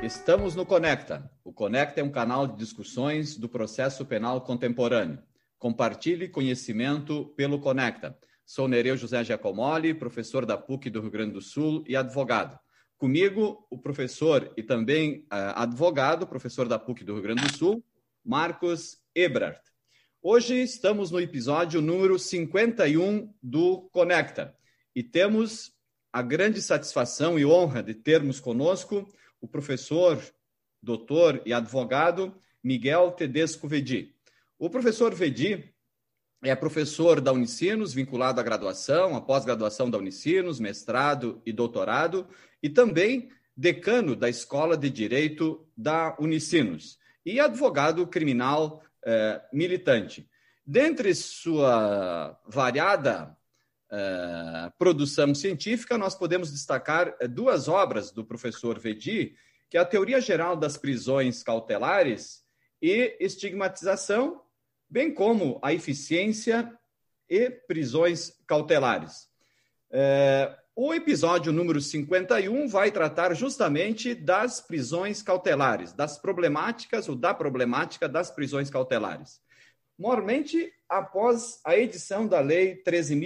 Estamos no Conecta. O Conecta é um canal de discussões do processo penal contemporâneo. Compartilhe conhecimento pelo Conecta. Sou Nereu José Giacomoli, professor da PUC do Rio Grande do Sul e advogado. Comigo, o professor e também advogado, professor da PUC do Rio Grande do Sul, Marcos Ebrard. Hoje estamos no episódio número 51 do Conecta e temos a grande satisfação e honra de termos conosco o professor, doutor e advogado Miguel Tedesco Vedi. O professor Vedi é professor da Unicinos, vinculado à graduação, à pós-graduação da Unicinos, mestrado e doutorado, e também decano da Escola de Direito da Unicinos, e advogado criminal militante. Dentre sua variada produção científica, nós podemos destacar duas obras do professor Vedi, que é a Teoria Geral das Prisões Cautelares e Estigmatização, bem como a Eficiência e Prisões Cautelares. O episódio número 51 vai tratar justamente das prisões cautelares, das problemáticas ou da problemática das prisões cautelares. Mormente, após a edição da Lei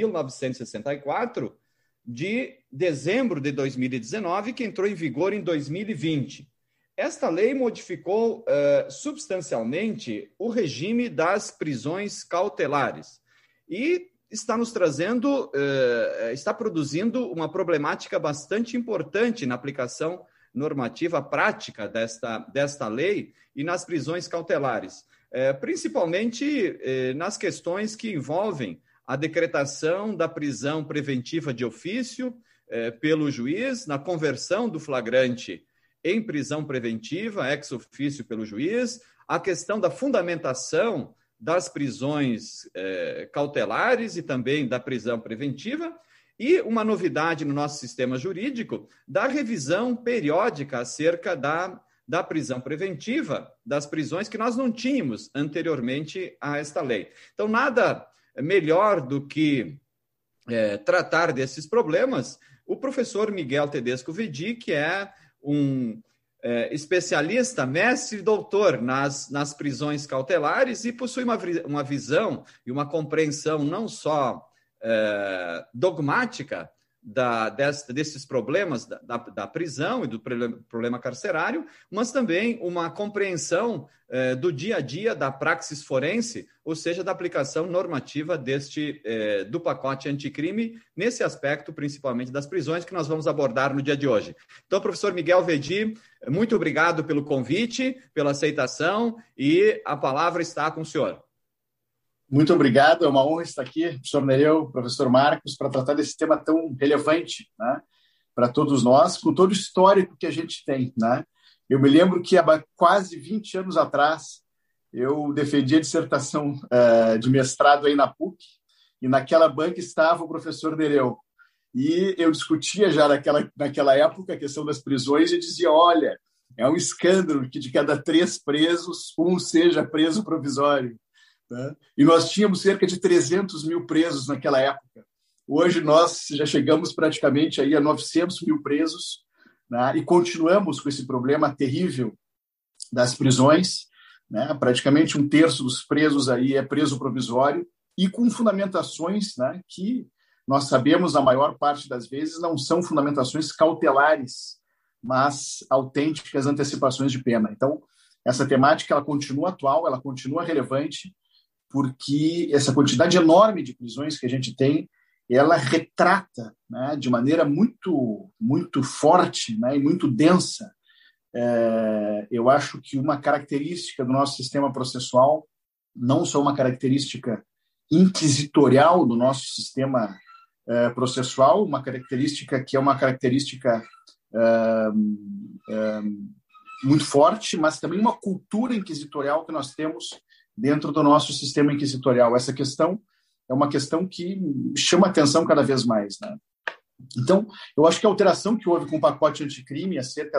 13.964, de dezembro de 2019, que entrou em vigor em 2020. Esta lei modificou substancialmente o regime das prisões cautelares e está nos trazendo, está produzindo uma problemática bastante importante na aplicação normativa prática desta lei e nas prisões cautelares. Principalmente nas questões que envolvem a decretação da prisão preventiva de ofício pelo juiz, na conversão do flagrante em prisão preventiva, ex ofício pelo juiz, a questão da fundamentação das prisões cautelares e também da prisão preventiva, e uma novidade no nosso sistema jurídico, da revisão periódica acerca da prisão preventiva, das prisões que nós não tínhamos anteriormente a esta lei. Então, nada melhor do que tratar desses problemas o professor Miguel Tedesco Vedi, que é um especialista, mestre e doutor nas prisões cautelares e possui uma visão e uma compreensão não só dogmática desses problemas da prisão e do problema carcerário, mas também uma compreensão do dia a dia da praxis forense, ou seja, da aplicação normativa do pacote anticrime, nesse aspecto principalmente das prisões, que nós vamos abordar no dia de hoje. Então, professor Miguel Vedi, muito obrigado pelo convite, pela aceitação, e a palavra está com o senhor. Muito obrigado, é uma honra estar aqui, professor Nereu, professor Marcos, para tratar desse tema tão relevante, né, para todos nós, com todo o histórico que a gente tem, né? Eu me lembro que há quase 20 anos atrás eu defendi a dissertação de mestrado aí na PUC, e naquela banca estava o professor Nereu. E eu discutia já naquela época a questão das prisões e dizia, olha, é um escândalo que de cada 3 presos, um seja preso provisório. E nós tínhamos cerca de 300 mil presos naquela época. Hoje nós já chegamos praticamente aí a 900 mil presos, né? E continuamos com esse problema terrível das prisões, né? Praticamente 1/3 dos presos aí é preso provisório e com fundamentações, né, que nós sabemos, a maior parte das vezes, não são fundamentações cautelares, mas autênticas antecipações de pena. Então, essa temática ela continua atual, ela continua relevante, porque essa quantidade enorme de prisões que a gente tem, ela retrata, né, de maneira muito, muito forte, né, e muito densa. Eu acho que uma característica do nosso sistema processual, não só uma característica inquisitorial do nosso sistema processual, uma característica que é uma característica muito forte, mas também uma cultura inquisitorial que nós temos dentro do nosso sistema inquisitorial. Essa questão é uma questão que chama atenção cada vez mais, né? Então, eu acho que a alteração que houve com o pacote anticrime acerca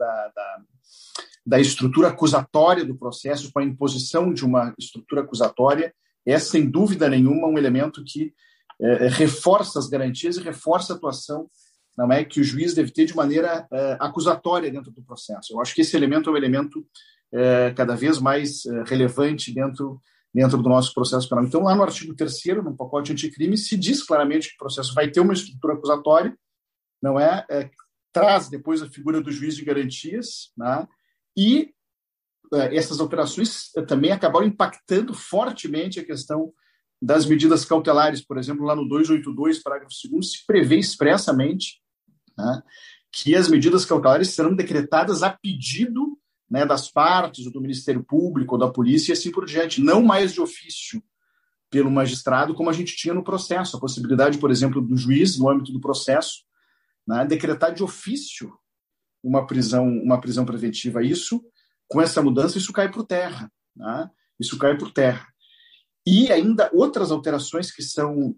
da estrutura acusatória do processo, com a imposição de uma estrutura acusatória, é, sem dúvida nenhuma, um elemento que reforça as garantias e reforça a atuação não é, que o juiz deve ter de maneira acusatória dentro do processo. Eu acho que esse elemento é um elemento cada vez mais relevante dentro do nosso processo penal. Então, lá no artigo 3º, no pacote anticrime, se diz claramente que o processo vai ter uma estrutura acusatória, não é? Traz depois a figura do juiz de garantias, né? E essas alterações também acabaram impactando fortemente a questão das medidas cautelares. Por exemplo, lá no 282, parágrafo 2º, se prevê expressamente, né, que as medidas cautelares serão decretadas a pedido, né, das partes, ou do Ministério Público, ou da polícia, e assim por diante, não mais de ofício pelo magistrado, como a gente tinha no processo. A possibilidade, por exemplo, do juiz, no âmbito do processo, né, decretar de ofício uma prisão preventiva. Isso, com essa mudança, isso cai por terra. Né? Isso cai por terra. E ainda outras alterações que são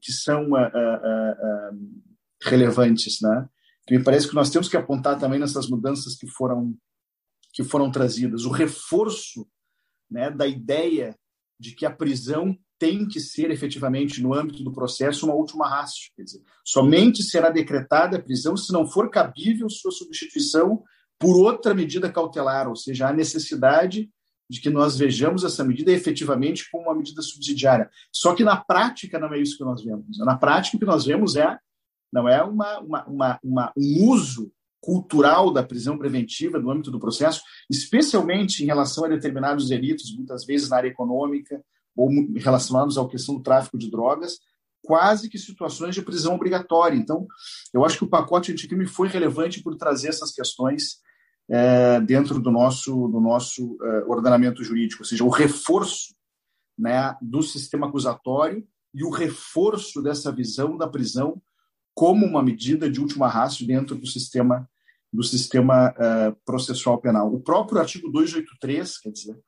relevantes, né? Que me parece que nós temos que apontar também nessas mudanças que foram trazidas. O reforço, né, da ideia de que a prisão tem que ser efetivamente, no âmbito do processo, uma última ratio. Quer dizer, somente será decretada a prisão se não for cabível sua substituição por outra medida cautelar, ou seja, há necessidade de que nós vejamos essa medida efetivamente como uma medida subsidiária. Só que na prática não é isso que nós vemos. Na prática o que nós vemos não é um uso cultural da prisão preventiva no âmbito do processo, especialmente em relação a determinados delitos, muitas vezes na área econômica ou relacionados à questão do tráfico de drogas, quase que situações de prisão obrigatória. Então, eu acho que o pacote anticrime foi relevante por trazer essas questões dentro do nosso ordenamento jurídico, ou seja, o reforço, né, do sistema acusatório e o reforço dessa visão da prisão como uma medida de última ratio dentro do sistema processual penal. O próprio artigo 283, quer dizer,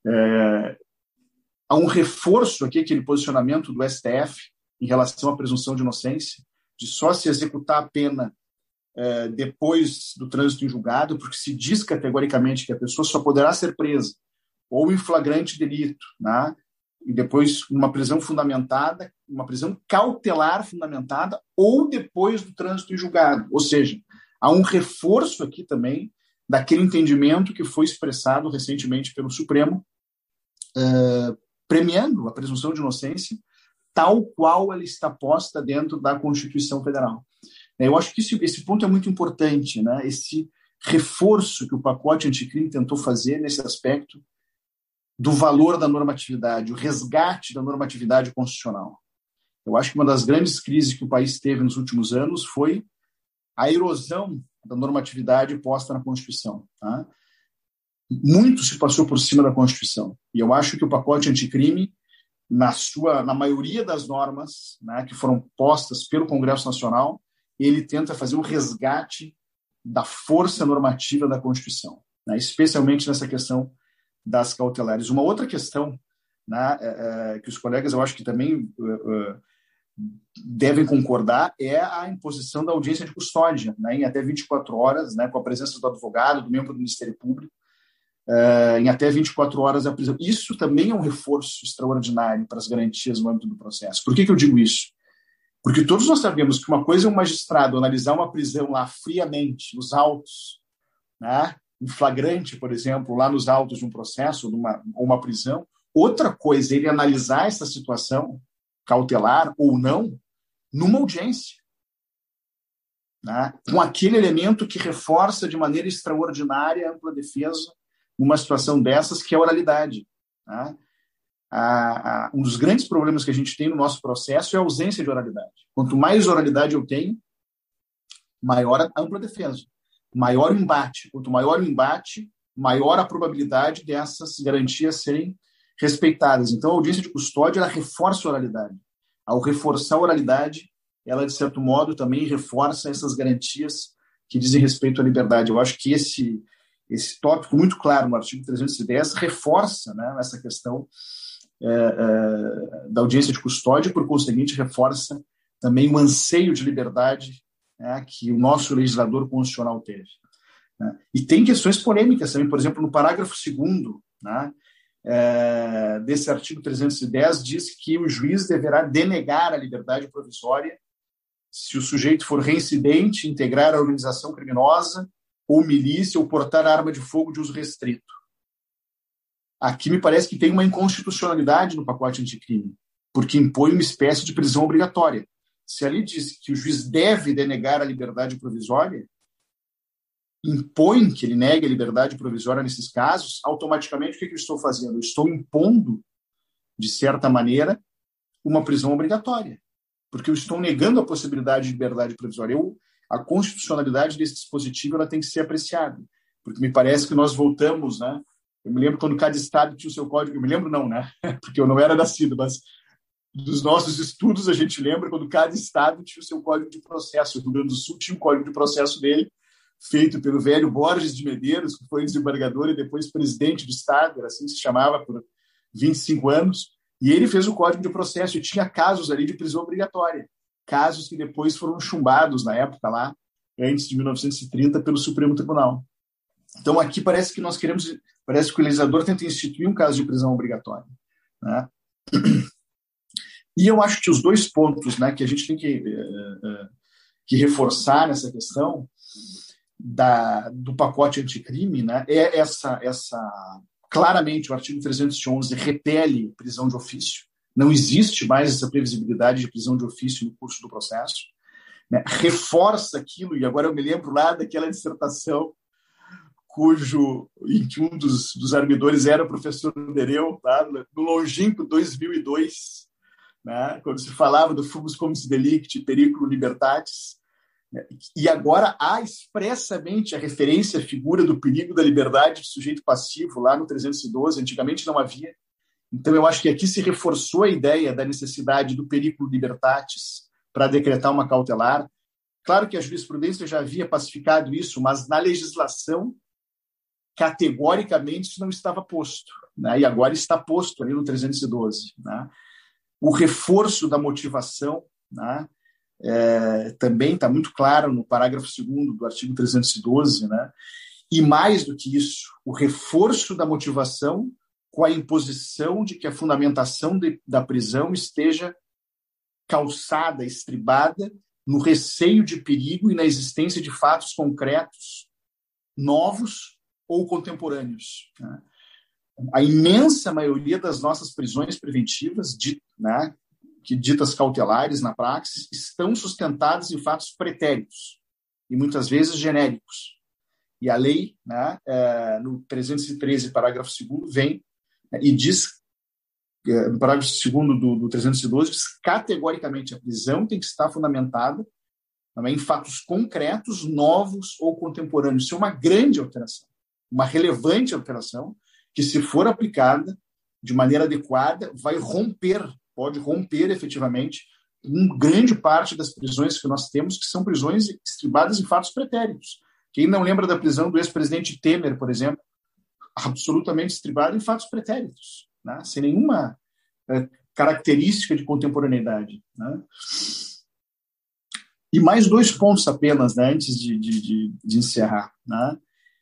há um reforço aqui, aquele posicionamento do STF em relação à presunção de inocência, de só se executar a pena depois do trânsito em julgado, porque se diz categoricamente que a pessoa só poderá ser presa ou em flagrante delito, né? E depois uma prisão fundamentada, uma prisão cautelar fundamentada ou depois do trânsito em julgado. Ou seja, há um reforço aqui também daquele entendimento que foi expressado recentemente pelo Supremo, premiando a presunção de inocência tal qual ela está posta dentro da Constituição Federal. Eu acho que esse ponto é muito importante, né? Esse reforço que o pacote anticrime tentou fazer nesse aspecto do valor da normatividade, o resgate da normatividade constitucional. Eu acho que uma das grandes crises que o país teve nos últimos anos foi a erosão da normatividade posta na Constituição. Tá? Muito se passou por cima da Constituição. E eu acho que o pacote anticrime, na maioria das normas, né, que foram postas pelo Congresso Nacional, ele tenta fazer um resgate da força normativa da Constituição, né, especialmente nessa questão das cautelares. Uma outra questão, né, que os colegas, eu acho que também devem concordar, é a imposição da audiência de custódia, né, em até 24 horas, né, com a presença do advogado, do membro do Ministério Público, em até 24 horas da prisão. Isso também é um reforço extraordinário para as garantias no âmbito do processo. Por que eu digo isso? Porque todos nós sabemos que uma coisa é um magistrado analisar uma prisão lá friamente, nos autos, né, em flagrante, por exemplo, lá nos autos de um processo ou uma prisão. Outra coisa é ele analisar essa situação, cautelar ou não, numa audiência, né, com aquele elemento que reforça de maneira extraordinária a ampla defesa numa situação dessas, que é a oralidade. Né? Um dos grandes problemas que a gente tem no nosso processo é a ausência de oralidade. Quanto mais oralidade eu tenho, maior a ampla defesa, maior o embate. Quanto maior o embate, maior a probabilidade dessas garantias serem respeitadas. Então, a audiência de custódia, ela reforça a oralidade. Ao reforçar a oralidade, ela, de certo modo, também reforça essas garantias que dizem respeito à liberdade. Eu acho que esse tópico muito claro no artigo 310 reforça, né, essa questão da audiência de custódia, por conseguinte, reforça também o anseio de liberdade, né, que o nosso legislador constitucional teve. Né? E tem questões polêmicas também, por exemplo, no parágrafo 2º, né, desse artigo 310, diz que o juiz deverá denegar a liberdade provisória se o sujeito for reincidente, integrar a organização criminosa ou milícia ou portar arma de fogo de uso restrito. Aqui me parece que tem uma inconstitucionalidade no pacote anticrime, porque impõe uma espécie de prisão obrigatória. Se ali diz que o juiz deve denegar a liberdade provisória, impõe que ele negue a liberdade provisória nesses casos, automaticamente o que eu estou fazendo? Eu estou impondo, de certa maneira, uma prisão obrigatória, porque eu estou negando a possibilidade de liberdade provisória. A constitucionalidade desse dispositivo ela tem que ser apreciada, porque me parece que nós voltamos, né? Eu me lembro quando cada estado tinha o seu código, eu me lembro não, né? Porque eu não era nascido, mas dos nossos estudos a gente lembra quando cada estado tinha o seu código de processo. O Rio Grande do Sul tinha um código de processo dele, feito pelo velho Borges de Medeiros, que foi desembargador e depois presidente do estado, era assim que se chamava por 25 anos, e ele fez o código de processo e tinha casos ali de prisão obrigatória, casos que depois foram chumbados na época lá, antes de 1930, pelo Supremo Tribunal. Então aqui parece que o legislador tenta instituir um caso de prisão obrigatória, né? E eu acho que os dois pontos, né, que a gente tem que reforçar nessa questão do pacote anticrime, né, é claramente o artigo 311 repele prisão de ofício, não existe mais essa previsibilidade de prisão de ofício no curso do processo, né, reforça aquilo, e agora eu me lembro lá daquela dissertação em que um dos arguidores era o professor Nereu, tá, no longínquo 2002, né, quando se falava do fumus comis delicti, periculum libertatis, né, e agora há expressamente a referência à figura do perigo da liberdade de sujeito passivo lá no 312, antigamente não havia. Então eu acho que aqui se reforçou a ideia da necessidade do periculum libertatis para decretar uma cautelar. Claro que a jurisprudência já havia pacificado isso, mas na legislação categoricamente isso não estava posto, né, e agora está posto ali no 312, né. O reforço da motivação, né, também está muito claro no parágrafo 2º do artigo 312, né, e mais do que isso, o reforço da motivação com a imposição de que a fundamentação da prisão esteja calçada, estribada no receio de perigo e na existência de fatos concretos, novos ou contemporâneos, né. A imensa maioria das nossas prisões preventivas, né, ditas cautelares na praxis, estão sustentadas em fatos pretéritos e muitas vezes genéricos. E a lei, né, no 313, parágrafo 2º, vem, né, e diz, no parágrafo 2º do 312, diz categoricamente a prisão tem que estar fundamentada também em fatos concretos, novos ou contemporâneos. Isso é uma grande alteração, uma relevante alteração, que, se for aplicada de maneira adequada, pode romper efetivamente grande parte das prisões que nós temos, que são prisões estribadas em fatos pretéritos. Quem não lembra da prisão do ex-presidente Temer, por exemplo, absolutamente estribada em fatos pretéritos, né, sem nenhuma característica de contemporaneidade, né. E mais dois pontos apenas, né, antes de encerrar, né.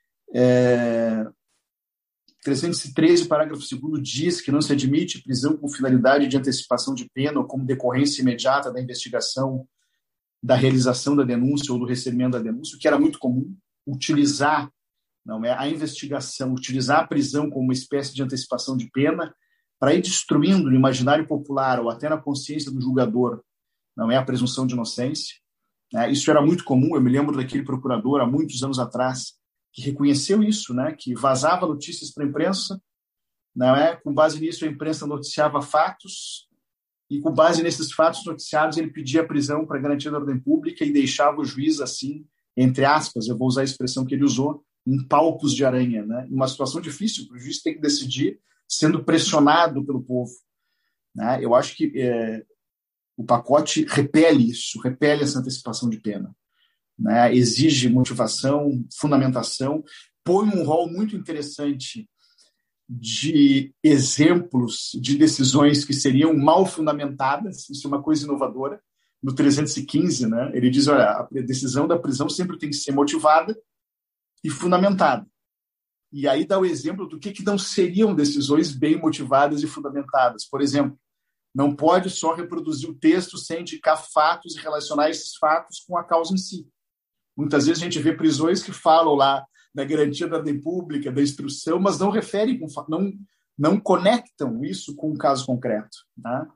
313, parágrafo 2º, diz que não se admite prisão com finalidade de antecipação de pena ou como decorrência imediata da investigação, da realização da denúncia ou do recebimento da denúncia, o que era muito comum, utilizar a investigação, utilizar a prisão como uma espécie de antecipação de pena para ir destruindo no imaginário popular ou até na consciência do julgador, a presunção de inocência. Isso era muito comum, eu me lembro daquele procurador há muitos anos atrás, que reconheceu isso, né, que vazava notícias para a imprensa, com base nisso a imprensa noticiava fatos, e com base nesses fatos noticiados ele pedia a prisão para garantia da ordem pública e deixava o juiz assim, entre aspas, eu vou usar a expressão que ele usou, em palpos de aranha, né, uma situação difícil, para o juiz ter que decidir sendo pressionado pelo povo, né. Eu acho que o pacote repele isso, repele essa antecipação de pena, né, exige motivação, fundamentação, põe um rol muito interessante de exemplos de decisões que seriam mal fundamentadas, isso é uma coisa inovadora, no 315, né, ele diz, olha, a decisão da prisão sempre tem que ser motivada e fundamentada. E aí dá o exemplo do que não seriam decisões bem motivadas e fundamentadas. Por exemplo, Não pode só reproduzir o texto sem indicar fatos e relacionar esses fatos com a causa em si. Muitas vezes a gente vê prisões que falam lá da garantia da ordem pública, da instrução, mas não referem, não conectam isso com um caso concreto. Tá?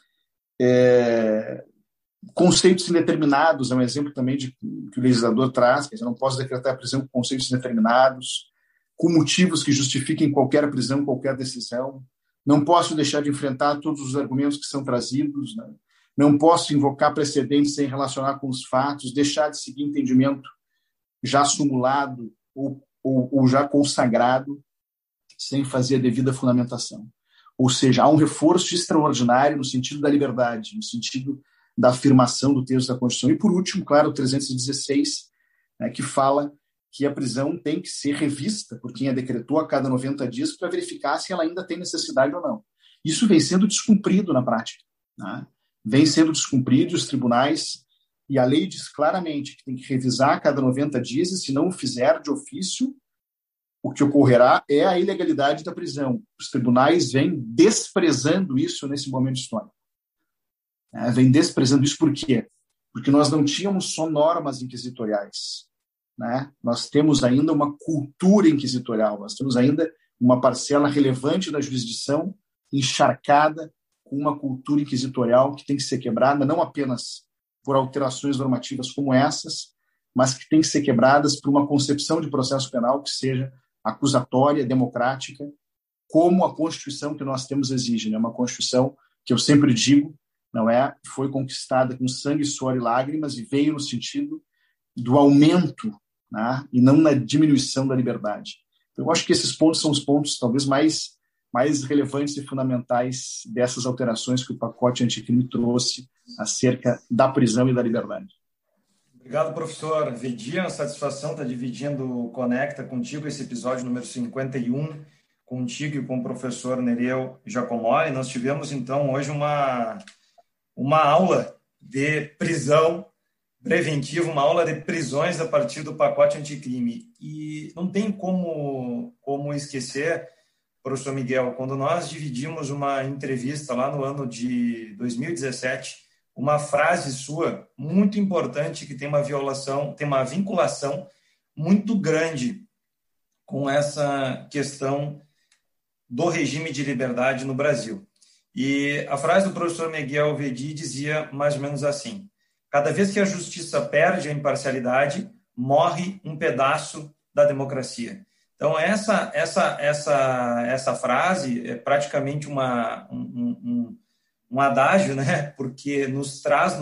Conceitos indeterminados é um exemplo também que o legislador traz, que eu não posso decretar a prisão com conceitos indeterminados, com motivos que justifiquem qualquer prisão, qualquer decisão. Não posso deixar de enfrentar todos os argumentos que são trazidos, né? Não posso invocar precedentes sem relacionar com os fatos, deixar de seguir entendimento já simulado ou já consagrado sem fazer a devida fundamentação. Ou seja, há um reforço extraordinário no sentido da liberdade, no sentido da afirmação do texto da Constituição. E, por último, claro, o 316, né, que fala que a prisão tem que ser revista por quem a decretou a cada 90 dias para verificar se ela ainda tem necessidade ou não. Isso vem sendo descumprido na prática. Né? Vem sendo descumprido, os tribunais, e a lei diz claramente que tem que revisar a cada 90 dias, e se não o fizer de ofício, o que ocorrerá é a ilegalidade da prisão. Os tribunais vêm desprezando isso nesse momento histórico. Vêm desprezando isso por quê? Porque nós não tínhamos só normas inquisitoriais. Né? Nós temos ainda uma cultura inquisitorial, nós temos ainda uma parcela relevante da jurisdição encharcada com uma cultura inquisitorial que tem que ser quebrada, não apenas por alterações normativas como essas, mas que tem que ser quebradas por uma concepção de processo penal que seja acusatória, democrática, como a Constituição que nós temos exige. Né? Uma Constituição que eu sempre digo, não é, foi conquistada com sangue, suor e lágrimas e veio no sentido do aumento, né? E não na diminuição da liberdade. Eu acho que esses pontos são os pontos talvez mais relevantes e fundamentais dessas alterações que o pacote anticrime trouxe acerca da prisão e da liberdade. Obrigado, professor Vedi. É uma satisfação estar dividindo o Conecta contigo, esse episódio número 51, contigo e com o professor Nereu Giacomoli. Nós tivemos, então, hoje uma aula de prisão preventiva, uma aula de prisões a partir do pacote anticrime. E não tem como esquecer, professor Miguel, quando nós dividimos uma entrevista lá no ano de 2017, uma frase sua muito importante que tem uma vinculação muito grande com essa questão do regime de liberdade no Brasil. E a frase do professor Miguel Vedi dizia mais ou menos assim: cada vez que a justiça perde a imparcialidade, morre um pedaço da democracia. Então, essa frase é praticamente um adágio, né? Porque nos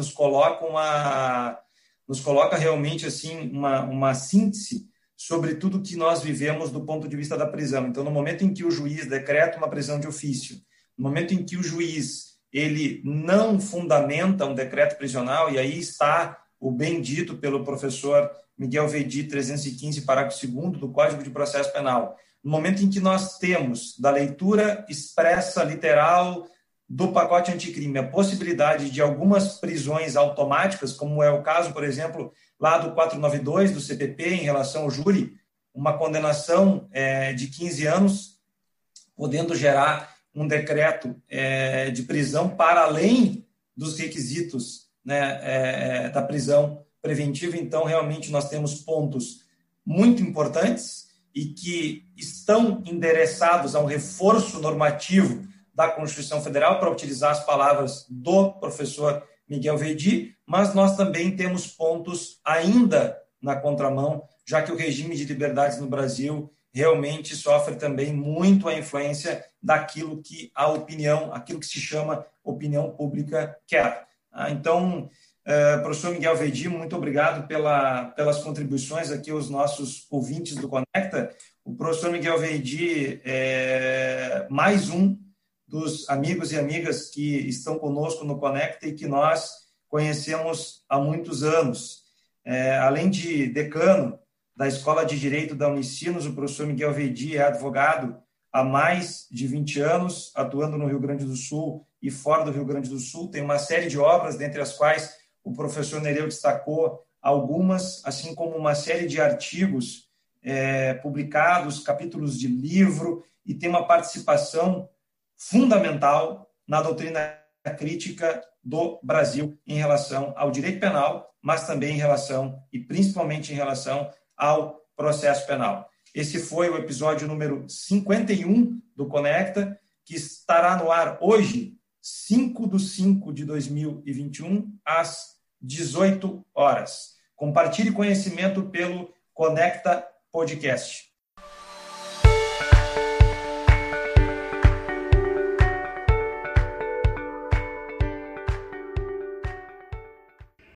coloca realmente assim uma síntese sobre tudo que nós vivemos do ponto de vista da prisão. Então, no momento em que o juiz decreta uma prisão de ofício, no momento em que o juiz ele não fundamenta um decreto prisional, e aí está o bem dito pelo professor Miguel Vedi, 315, parágrafo 2º do Código de Processo Penal. No momento em que nós temos, da leitura expressa, literal, do pacote anticrime, a possibilidade de algumas prisões automáticas, como é o caso, por exemplo, lá do 492 do CPP, em relação ao júri, uma condenação de 15 anos, podendo gerar um decreto de prisão para além dos requisitos, né, da prisão preventiva. Então, realmente, nós temos pontos muito importantes e que estão endereçados a um reforço normativo da Constituição Federal, para utilizar as palavras do professor Miguel Vedi, mas nós também temos pontos ainda na contramão, já que o regime de liberdades no Brasil realmente sofre também muito a influência daquilo que a opinião, aquilo que se chama opinião pública quer. Então, professor Miguel Vedi, muito obrigado pelas contribuições aqui aos nossos ouvintes do Conecta. O professor Miguel Vedi é mais um dos amigos e amigas que estão conosco no Conecta e que nós conhecemos há muitos anos. Além de decano da Escola de Direito da Unicinos, o professor Miguel Vedi é advogado há mais de 20 anos, atuando no Rio Grande do Sul e fora do Rio Grande do Sul. Tem uma série de obras, dentre as quais o professor Nereu destacou algumas, assim como uma série de artigos publicados, capítulos de livro, e tem uma participação fundamental na doutrina crítica do Brasil em relação ao direito penal, mas também em relação, e principalmente em relação ao processo penal. Esse foi o episódio número 51 do Conecta, que estará no ar hoje, 5/5/2021, às 18 horas. Compartilhe conhecimento pelo Conecta Podcast.